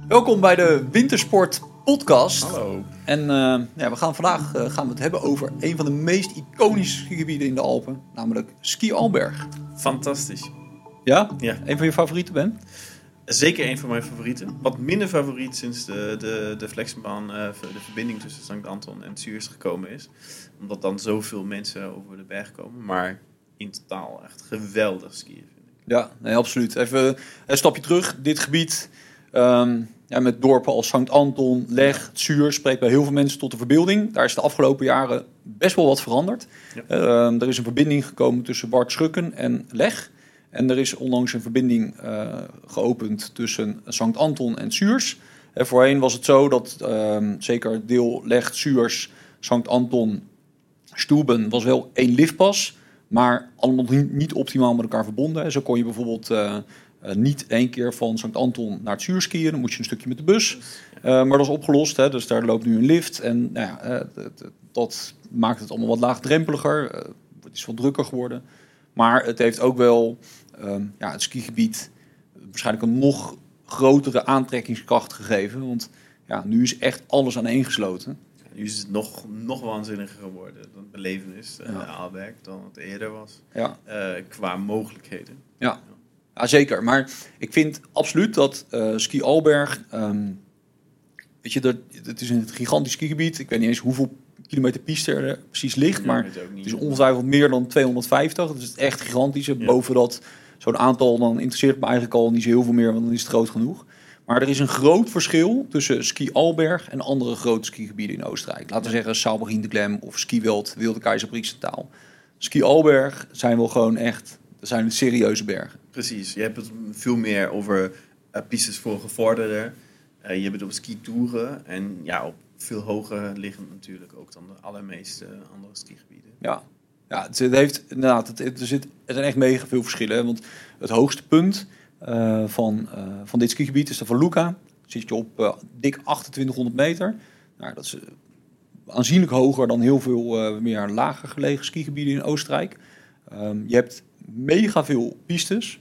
Welkom bij de Wintersport Podcast. Hallo. En we gaan vandaag het hebben over een van de meest iconische skigebieden in de Alpen, namelijk Ski Alberg. Fantastisch. Ja? Ja. Een van je favorieten, Ben? Zeker een van mijn favorieten. Wat minder favoriet sinds de flexbaan, de verbinding tussen Sankt Anton en Zuurs gekomen is. Omdat dan zoveel mensen over de berg komen. Maar in totaal echt geweldig skiën, vind ik. Ja, nee, absoluut. Even een stapje terug. Dit gebied met dorpen als Sankt Anton, Leg, Zuurs spreekt bij heel veel mensen tot de verbeelding. Daar is de afgelopen jaren best wel wat veranderd. Ja. Er is een verbinding gekomen tussen Wartschukken en Leg. En er is onlangs een verbinding geopend tussen Sankt Anton en Zuurs. Voorheen was het zo dat zeker het deel Leg, Zuurs, Sankt Anton, Stuben was wel één liftpas, maar allemaal niet optimaal met elkaar verbonden. Zo kon je bijvoorbeeld niet één keer van Sankt Anton naar het Zuurs skiën. Dan moet je een stukje met de bus. Maar dat is opgelost. Dus daar loopt nu een lift. En dat maakt het allemaal wat laagdrempeliger. Het is wat drukker geworden. Maar het heeft ook wel het skigebied waarschijnlijk een nog grotere aantrekkingskracht gegeven. Want nu is echt alles aaneengesloten. Nu is het nog waanzinniger geworden. De belevenis Aalberg dan het eerder was. Ja. Qua mogelijkheden. Ja, zeker. Maar ik vind absoluut dat Ski Alberg... het is een gigantisch skigebied. Ik weet niet eens hoeveel kilometer piste er precies ligt. Maar het is ongetwijfeld meer dan 250. Dat is echt gigantisch. Ja. Boven dat zo'n aantal, dan interesseert me eigenlijk al niet zo heel veel meer. Want dan is het groot genoeg. Maar er is een groot verschil tussen Ski Alberg en andere grote skigebieden in Oostenrijk. Laten we zeggen Saubergien de Glem of Skiweld, Wilde Keizerbrieksentaal. Ski Alberg zijn wel gewoon echt... Dat zijn serieuze bergen. Precies. Je hebt het veel meer over pistes voor gevorderden. Je hebt het op skitouren. En op veel hoger liggend natuurlijk ook dan de allermeeste andere skigebieden. Ja, het heeft inderdaad... Er zijn echt mega veel verschillen. Hè? Want het hoogste punt van dit skigebied is de Van Luca. Dan zit je op dik 2800 meter. Nou, dat is aanzienlijk hoger dan heel veel meer lager gelegen skigebieden in Oostenrijk. Je hebt mega veel pistes.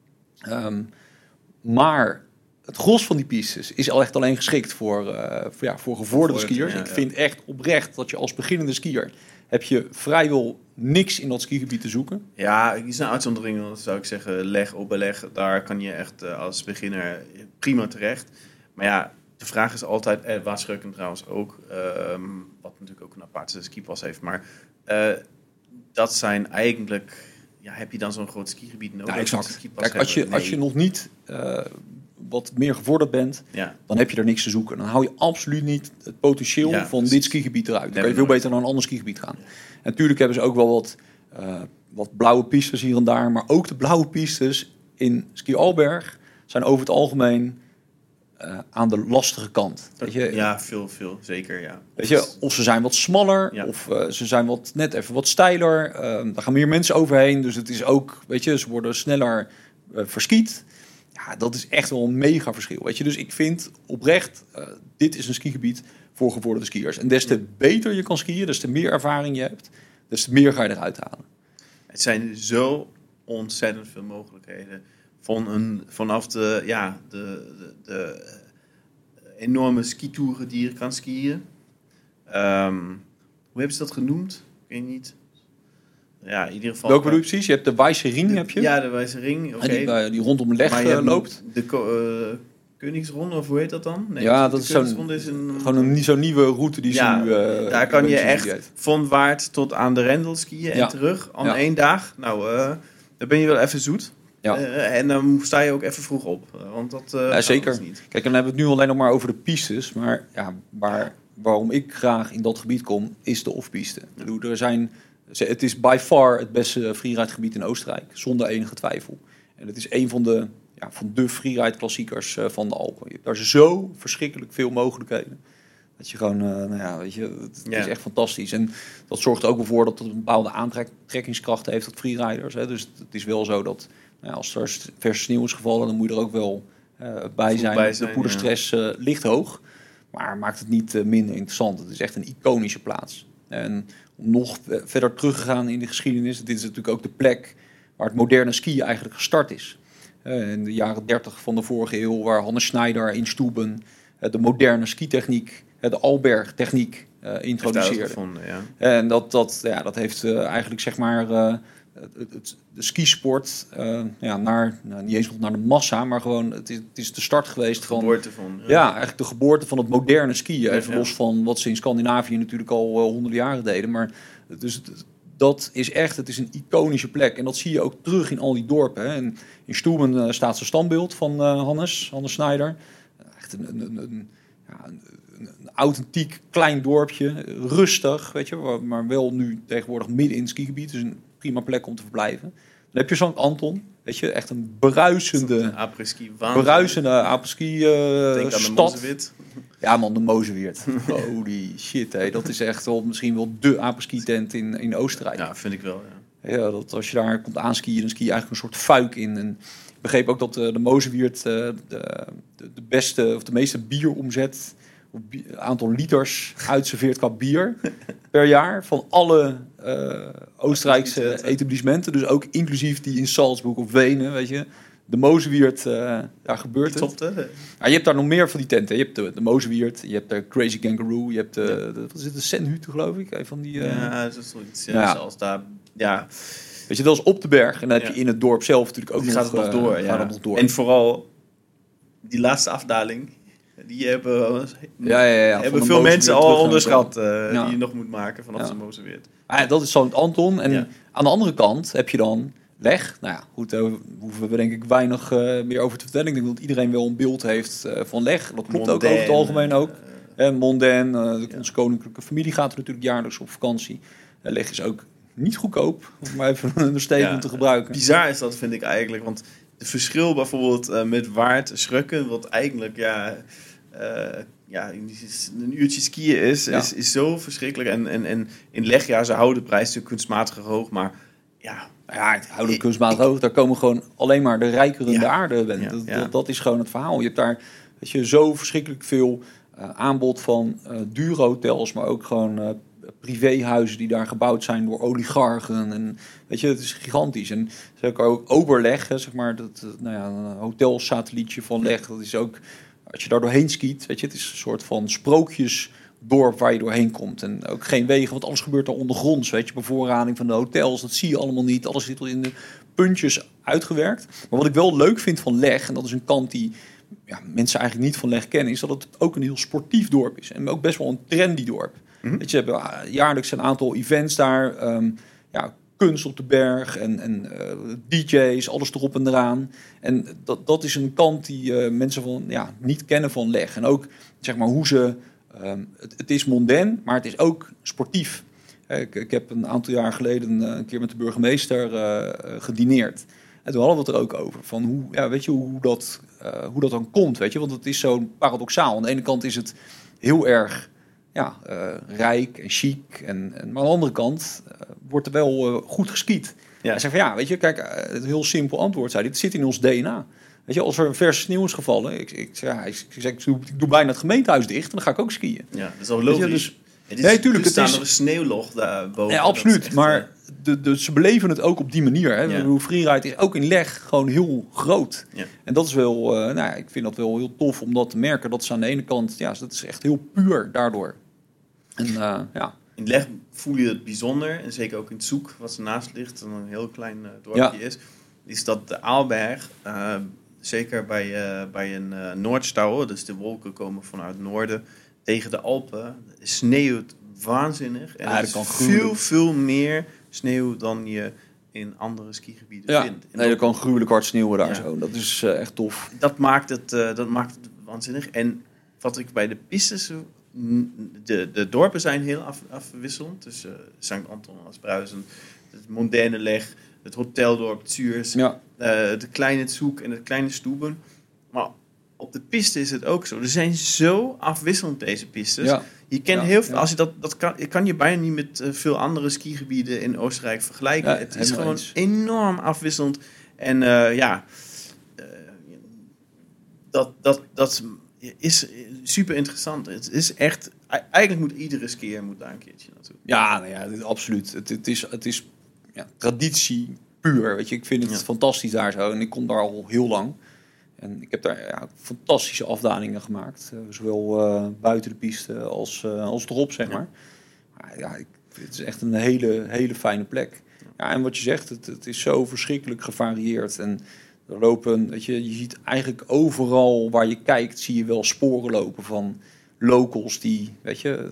Maar het gros van die pistes is al echt alleen geschikt voor gevorderde skiers. Ja. Ik vind echt oprecht dat je als beginnende skier... heb je vrijwel niks in dat skigebied te zoeken. Ja, die zijn uitzonderingen. Dan zou ik zeggen, Leg, Oberleg. Daar kan je echt als beginner prima terecht. Maar de vraag is altijd... Waarschuiken trouwens ook. Wat natuurlijk ook een aparte skipas heeft. Maar dat zijn eigenlijk... heb je dan zo'n groot skigebied nodig? Nou, exact. Kijk, als je nog niet wat meer gevorderd bent, dan heb je er niks te zoeken. Dan hou je absoluut niet het potentieel van dit skigebied eruit. Dan kan je veel beter naar een ander skigebied gaan. En natuurlijk hebben ze ook wel wat blauwe pistes hier en daar. Maar ook de blauwe pistes in Ski Alberg zijn over het algemeen aan de lastige kant. Weet je? Ja, veel, zeker, ja. Weet je, of ze zijn wat smaller, of ze zijn net even wat steiler. Daar gaan meer mensen overheen, dus het is ook, weet je, ze worden sneller verskiet. Ja, dat is echt wel een mega verschil, weet je. Dus ik vind oprecht, dit is een skigebied voor gevorderde skiers. En des te beter je kan skiën, des te meer ervaring je hebt, des te meer ga je eruit halen. Het zijn zo ontzettend veel mogelijkheden. Vanaf de enorme skitouren die je kan skiën. Hoe hebben ze dat genoemd? Ik weet niet. Ja, in ieder geval. Welke bedoel je precies? Je hebt de Wijze Ring, heb je? Ja, de Wijze Ring. Okay. Die rondom Leg loopt. De Koningsronde, of hoe heet dat dan? Nee, dat is zo'n nieuwe route die ze nu... daar kan je echt van Waard tot aan de Rendel skiën en terug aan 1 dag. Nou, daar ben je wel even zoet. Ja. En dan sta je ook even vroeg op. Want dat zeker. Dus niet. Kijk, dan hebben we het nu alleen nog maar over de pistes. Maar waarom ik graag in dat gebied kom, is de off-piste. Het is by far het beste freeride-gebied in Oostenrijk. Zonder enige twijfel. En het is een van de freeride-klassiekers van de Alpen. Je hebt daar zo verschrikkelijk veel mogelijkheden. Dat je gewoon, het is echt fantastisch. En dat zorgt er ook wel voor dat het een bepaalde aantrekkingskracht heeft op freeriders. Dus het is wel zo dat als er verse sneeuw is gevallen, dan moet je er ook wel bij zijn. De poederstress ligt hoog, maar maakt het niet minder interessant. Het is echt een iconische plaats. En om nog verder terug te gaan in de geschiedenis, dit is natuurlijk ook de plek waar het moderne skiën eigenlijk gestart is. In de jaren 30 van de vorige eeuw, waar Hannes Schneider in Stuben de moderne skitechniek, de Alberg-techniek introduceerde. Gevonden, ja. En dat heeft eigenlijk zeg maar de skisport naar, niet eens nog naar de massa, maar gewoon het is de start geweest van... eigenlijk de geboorte van het moderne skiën. Even los van wat ze in Scandinavië natuurlijk al honderden jaren deden. Maar dus dat is echt, het is een iconische plek. En dat zie je ook terug in al die dorpen. Hè. En in Stuben staat zijn standbeeld van Hannes Schneider. Echt een authentiek klein dorpje, rustig, weet je, maar wel nu tegenwoordig midden in het skigebied. Dus een prima plek om te verblijven. Dan heb je Sankt Anton, weet je, echt een bruisende apres-ski stad. Ja man, de Moseweert. Holy shit, hé. Dat is echt wel misschien wel de apres-ski tent in Oostenrijk. Ja, vind ik wel, ja. Ja, dat als je daar komt aanskiën, dan ski je eigenlijk een soort fuik in. En ik begreep ook dat de Moseweert de beste of de meeste bieromzet, aantal liters uitserveert qua bier per jaar van alle Oostenrijkse etablissementen. Dus ook inclusief die in Salzburg of Wenen, weet je. De Moseweert, daar gebeurt het. Je hebt daar nog meer van die tenten. Je hebt de Moseweert, je hebt de Crazy Kangaroo, je hebt wat is het, de Senhütte, geloof ik. Een van die, ja, dat is zoiets. Ja. Zoals daar, ja. Weet je, dat is op de berg. En dan heb je in het dorp zelf natuurlijk ook gaat het nog door. En vooral die laatste afdaling. Die hebben veel mensen al onderschat die je nog moet maken vanaf de Moseweert. Dat is Sankt Anton. En aan de andere kant heb je dan Leg. Nou ja, goed, daar hoeven we denk ik weinig meer over te vertellen. Ik denk dat iedereen wel een beeld heeft van Leg. Dat klopt ook over het algemeen ook. Mondaine, onze koninklijke familie gaat er natuurlijk jaarlijks op vakantie. Leg is ook niet goedkoop, om maar even een understatement te gebruiken. Bizar is dat, vind ik eigenlijk. Want het verschil bijvoorbeeld met Waard-Schröcken, wat eigenlijk een uurtje skiën is zo verschrikkelijk. En in Leg, ze houden de prijs natuurlijk kunstmatig hoog, maar het houden kunstmatig hoog. Daar komen gewoon alleen maar de rijkeren in de aarde. Dat is gewoon het verhaal. Je hebt daar zo verschrikkelijk veel aanbod van dure hotels, maar ook gewoon privéhuizen die daar gebouwd zijn door oligarchen. En weet je, het is gigantisch. En ook Oberleg, zeg maar, een hotelsatellietje van Leg, dat is ook, als je daar doorheen skiet, weet je, het is een soort van sprookjesdorp waar je doorheen komt. En ook geen wegen, want alles gebeurt daar ondergronds. Weet je, bevoorrading van de hotels, dat zie je allemaal niet. Alles zit al in de puntjes uitgewerkt. Maar wat ik wel leuk vind van Leg, en dat is een kant die mensen eigenlijk niet van Leg kennen, is dat het ook een heel sportief dorp is. En ook best wel een trendy dorp. Mm-hmm. Weet je, we hebben jaarlijks een aantal events daar. Kunst op de berg en DJ's, alles erop en eraan. En dat is een kant die mensen niet kennen van Leg. En ook zeg maar hoe ze... het is mondain, maar het is ook sportief. Ik heb een aantal jaar geleden een keer met de burgemeester gedineerd. En toen hadden we het er ook over. Van hoe dat dan komt. Weet je? Want het is zo paradoxaal. Aan de ene kant is het heel erg rijk en chic. Maar aan de andere kant wordt er wel goed geskiet. Ja. Hij zei van weet je, kijk, het heel simpel antwoord zei. Dit zit in ons DNA. Weet je, als er een verse sneeuw is gevallen, ik doe bijna het gemeentehuis dicht en dan ga ik ook skiën. Ja, dat is al logisch. Tuurlijk. Er staan er een sneeuwlog daarboven. Ja, absoluut. Echt, maar ze beleven het ook op die manier. Hè. Ja. Freeride is ook in Leg gewoon heel groot. Ja. En dat is wel, ik vind dat wel heel tof om dat te merken. Dat is aan de ene kant, dat is echt heel puur daardoor. En, In Leg voel je het bijzonder. En zeker ook in het Zoek, wat ernaast ligt, een heel klein dorpje is dat de Aalberg, zeker bij een Noordstauwe, dus de wolken komen vanuit het noorden, tegen de Alpen, sneeuwt waanzinnig. En er is veel meer sneeuw dan je in andere skigebieden vindt. Er kan gruwelijk hard sneeuwen daar zo. Dat is echt tof. Dat maakt het waanzinnig. En wat ik bij de pistes... De dorpen zijn heel afwisselend. Dus Sankt Anton als Bruisen, het mondaine Leg, het hoteldorp Zuurs, de kleine Zoek en het kleine Stuben. Maar op de piste is het ook zo. Er zijn zo afwisselend deze pistes. Ja. Je kent heel veel. Als je dat kan je bijna niet met veel andere skigebieden in Oostenrijk vergelijken. Het is gewoon enorm afwisselend. En dat is super interessant. Het is echt... Eigenlijk moet iedere skier daar een keertje naartoe. Ja, absoluut. Het is traditie puur. Weet je, ik vind het fantastisch daar zo. En ik kom daar al heel lang. En ik heb daar fantastische afdalingen gemaakt. Zowel buiten de piste als erop, zeg maar. Maar het is echt een hele fijne plek. Ja, en wat je zegt, het is zo verschrikkelijk gevarieerd. En er lopen, weet je ziet eigenlijk overal waar je kijkt, zie je wel sporen lopen van locals die, weet je,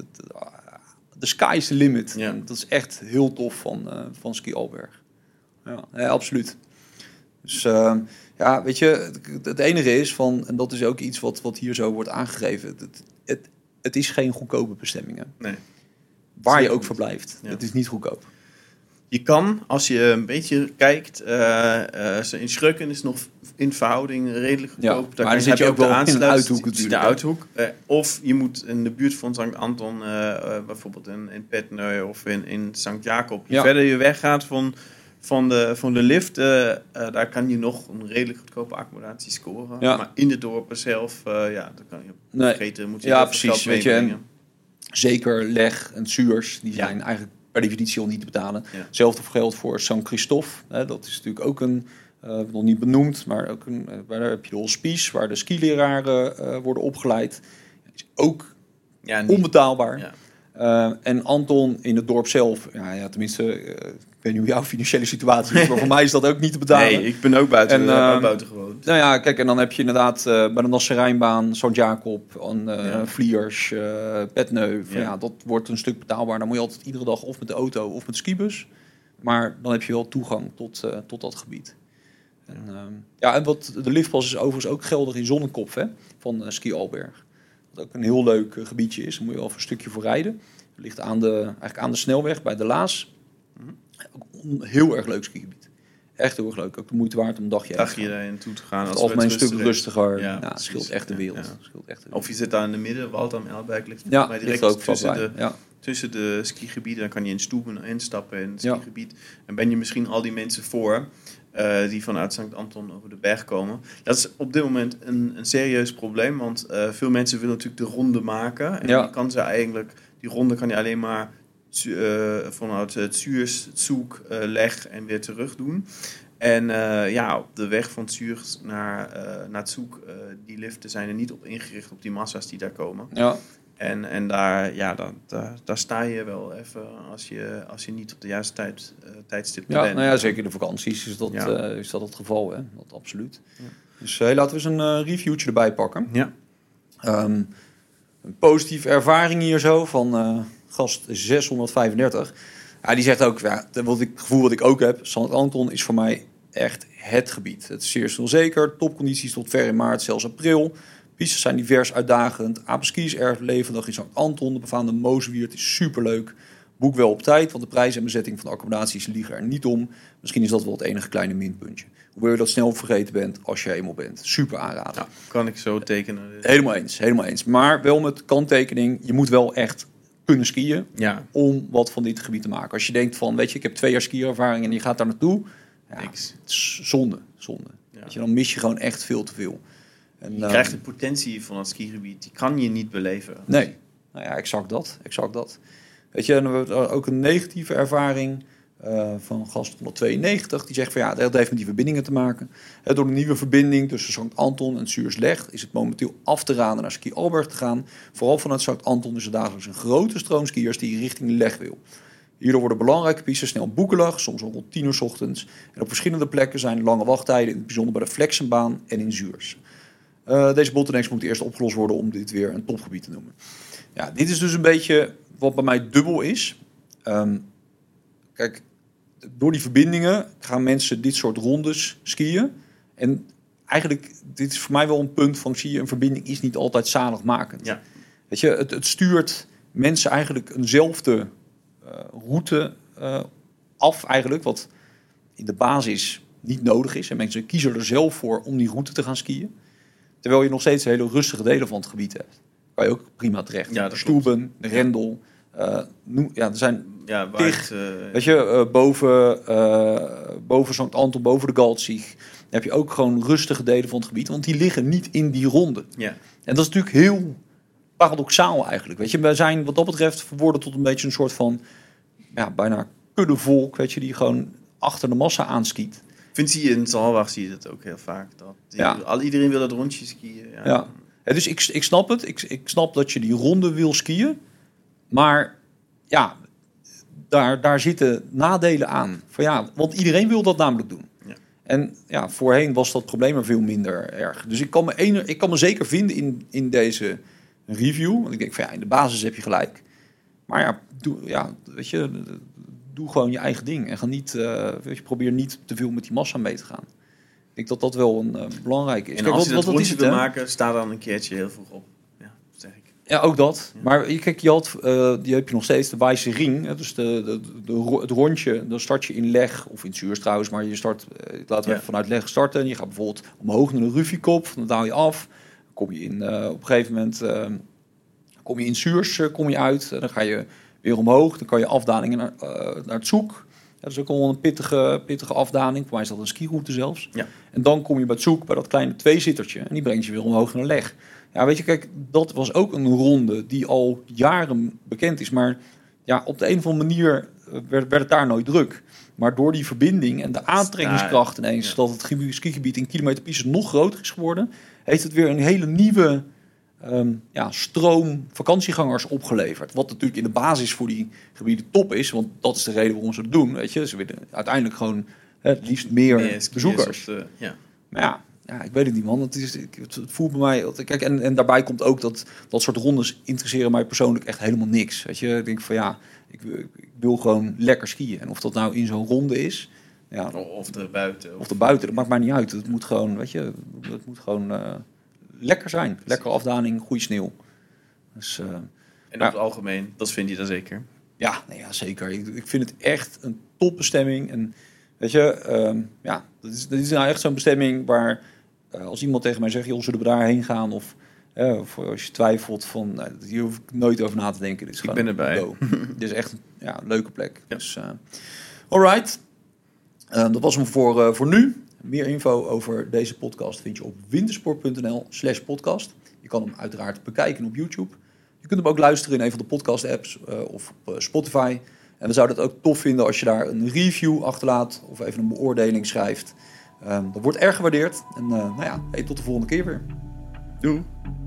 de sky is the limit. Ja. En dat is echt heel tof van Ski Alberg. Ja, absoluut. Dus weet je, het enige is van, en dat is ook iets wat hier zo wordt aangegeven, het is geen goedkope bestemming. Hè? Nee. Waar je ook verblijft. Ja. Het is niet goedkoop. Je kan, als je een beetje kijkt, in Schröcken is nog in verhouding redelijk goedkoop. Daar dan zit je ook wel in de uithoek natuurlijk. De uithoek. Of je moet in de buurt van Sankt Anton, bijvoorbeeld in Petneu of in Sankt Jacob. Je verder je weggaat van de lift, daar kan je nog een redelijk goedkope accommodatie scoren. Ja. Maar in de dorpen zelf, dan kan je vergeten. Moet je precies. Weet je, en zeker Leg en Zuurs, die zijn eigenlijk per definitie al niet te betalen. Ja. Hetzelfde geldt voor Saint Christophe. Dat is natuurlijk ook nog niet benoemd, maar ook waar heb je de hospice, waar de skileraren worden opgeleid. Dat is ook onbetaalbaar. Ja. En Anton in het dorp zelf, tenminste, ik weet niet hoe jouw financiële situatie is, maar voor mij is dat ook niet te betalen. Nee, ik ben ook buiten gewoond. Nou ja, kijk, en dan heb je inderdaad bij de Nasserijnbaan, St. Jacob, Vliers, Petneu. Dat wordt een stuk betaalbaar. Dan moet je altijd iedere dag of met de auto of met de skibus. Maar dan heb je wel toegang tot dat gebied. En wat de liftpas is overigens ook geldig in Zonnenkop van Ski Alberg. Wat ook een heel leuk gebiedje is. Daar moet je wel even een stukje voor rijden. Het ligt eigenlijk aan de snelweg bij de Laas. Ook een heel erg leuk skigebied. Echt heel erg leuk. Ook de moeite waard om een dagje in toe te gaan. Het algemeen een stuk rustiger. Het scheelt echt de wereld. Ja. Of je zit daar in de midden. Waldam Elberg ligt mij direct ook tussen de skigebieden. Dan kan je in Stoeben instappen in het skigebied. En ben je misschien al die mensen voor die vanuit Sankt Anton over de berg komen. Dat is op dit moment een serieus probleem. Want veel mensen willen natuurlijk de ronde maken. En die ronde kan je alleen maar vanuit het Zuurs, het Zoek, Leg en weer terug doen. En op de weg van Zuurs naar het Zoek, die liften zijn er niet op ingericht op die massa's die daar komen. Ja. En daar sta je wel even als je niet op de juiste tijdstip bent. Nou ja, zeker de vakanties is dat het geval, hè? Dat absoluut. Ja. Dus laten we eens een reviewtje erbij pakken. Ja. Een positieve ervaring hier zo van gast 635. Ja, die zegt ook, het gevoel wat ik ook heb, Sankt Anton is voor mij echt het gebied. Het is zeer snel zeker, topcondities tot ver in maart, zelfs april. Pistes zijn divers uitdagend. Apenski is erg levendig in Sankt Anton. De befaamde Mozenwiert is superleuk. Boek wel op tijd, want de prijs en bezetting van de accommodaties liegen er niet om. Misschien is dat wel het enige kleine minpuntje. Hoewel je dat snel vergeten bent als je eenmaal bent. Super aanraden. Ja, kan ik zo tekenen. Helemaal eens. Maar wel met kanttekening, je moet wel echt kunnen skiën om wat van dit gebied te maken. Als je denkt van, weet je, ik heb 2 jaar skierervaring en je gaat daar naartoe. Niks. Zonde. Ja. Weet je, dan mis je gewoon echt veel te veel. En, je krijgt de potentie van het skigebied, die kan je niet beleven. Nee, exact dat. Weet je, en we hebben ook een negatieve ervaring van gast 192. Die zegt van dat heeft met die verbindingen te maken. Door de nieuwe verbinding tussen Sankt Anton en Zuurs-Leg is het momenteel af te raden naar Ski Alberg te gaan. Vooral vanuit Sankt Anton is er dagelijks een grote stroom skiers die richting Leg wil. Hierdoor worden belangrijke pistes snel boekelig, soms al rond 10 uur 's ochtends. En op verschillende plekken zijn lange wachttijden, in het bijzonder bij de Flexenbaan en in Zuurs. Deze bottlenecks moeten eerst opgelost worden om dit weer een topgebied te noemen. Ja, dit is dus een beetje wat bij mij dubbel is. Kijk, door die verbindingen gaan mensen dit soort rondes skiën. En eigenlijk, dit is voor mij wel een punt van skiën. Een verbinding is niet altijd zaligmakend. Ja. Weet je, het stuurt mensen eigenlijk eenzelfde route af eigenlijk, wat in de basis niet nodig is. En mensen kiezen er zelf voor om die route te gaan skiën. Terwijl je nog steeds hele rustige delen van het gebied hebt. Kan je ook prima terecht. Ja, Stoeben, de Rendel. Er zijn weet je, boven Sankt Anton, boven de Galtzig, heb je ook gewoon rustige delen van het gebied. Want die liggen niet in die ronde. Ja. En dat is natuurlijk heel paradoxaal eigenlijk. Weet je, wij zijn wat dat betreft verworden tot een beetje een soort van bijna kuddevolk. Weet je, die gewoon achter de massa aanskiet. Zie je in Zalwag zie je dat ook heel vaak. Iedereen wil dat rondje skiën. Ja, dus ik snap het. Ik snap dat je die ronde wil skiën. Maar ja, daar zitten nadelen aan. Want iedereen wil dat namelijk doen. Ja. En ja, voorheen was dat probleem er veel minder erg. Dus ik kan me zeker vinden in deze review. Want ik denk in de basis heb je gelijk. Maar doe gewoon je eigen ding. En ga niet, probeer niet te veel met die massa mee te gaan. Ik denk dat dat wel een belangrijke is. En als je dat rondje wil maken, sta dan een keertje heel vroeg op. Ja, zeg ik. Ja, ook dat. Ja. Maar kijk, die heb je nog steeds, de Wijze Ring. Dus het rondje, dan start je in Leg, of in Zuurs trouwens, maar je start, laten we even vanuit Leg starten. En je gaat bijvoorbeeld omhoog naar de Ruffiekop, dan daal je af. Dan kom je op een gegeven moment kom je in Zuurs uit. En dan ga je weer omhoog. Dan kan je afdalingen naar het Zoek. Ja, dat is ook al een pittige afdaling. Voor mij is dat een skiroute zelfs. Ja. En dan kom je bij het Zoek, bij dat kleine tweezittertje. En die brengt je weer omhoog naar Leg. Ja, weet je, kijk, dat was ook een ronde die al jaren bekend is. Maar ja, op de een of andere manier werd het daar nooit druk. Maar door die verbinding en de aantrekkingskracht ineens... dat het skigebied in kilometerpieces nog groter is geworden... heeft het weer een hele nieuwe stroom vakantiegangers opgeleverd. Wat natuurlijk in de basis voor die gebieden top is. Want dat is de reden waarom ze het doen. Weet je? Ze willen uiteindelijk gewoon het liefst meer bezoekers. Maar ja, ik weet het niet, man. Het voelt bij mij... Kijk, en daarbij komt ook dat soort rondes interesseren mij persoonlijk echt helemaal niks. Weet je, ik denk ik wil gewoon lekker skiën. En of dat nou in zo'n ronde is... Ja, of erbuiten. Of erbuiten, dat maakt mij niet uit. Het moet gewoon, weet je... Het moet gewoon lekker zijn. Lekker afdaling, goede sneeuw. Dus, en op het algemeen, dat vind je dan zeker? Ja, zeker. Ik vind het echt een topbestemming. En weet je, dat is nou echt zo'n bestemming waar... als iemand tegen mij zegt, joh, zullen we daarheen gaan? Of als je twijfelt van, hier hoef ik nooit over na te denken. Dit is ik ben erbij. Dit is echt een leuke plek. Ja. Dus, alright. Dat was hem voor nu. Meer info over deze podcast vind je op wintersport.nl/podcast. Je kan hem uiteraard bekijken op YouTube. Je kunt hem ook luisteren in een van de podcast-apps of op Spotify. En we zouden het ook tof vinden als je daar een review achterlaat of even een beoordeling schrijft. Dat wordt erg gewaardeerd. En tot de volgende keer weer. Doei.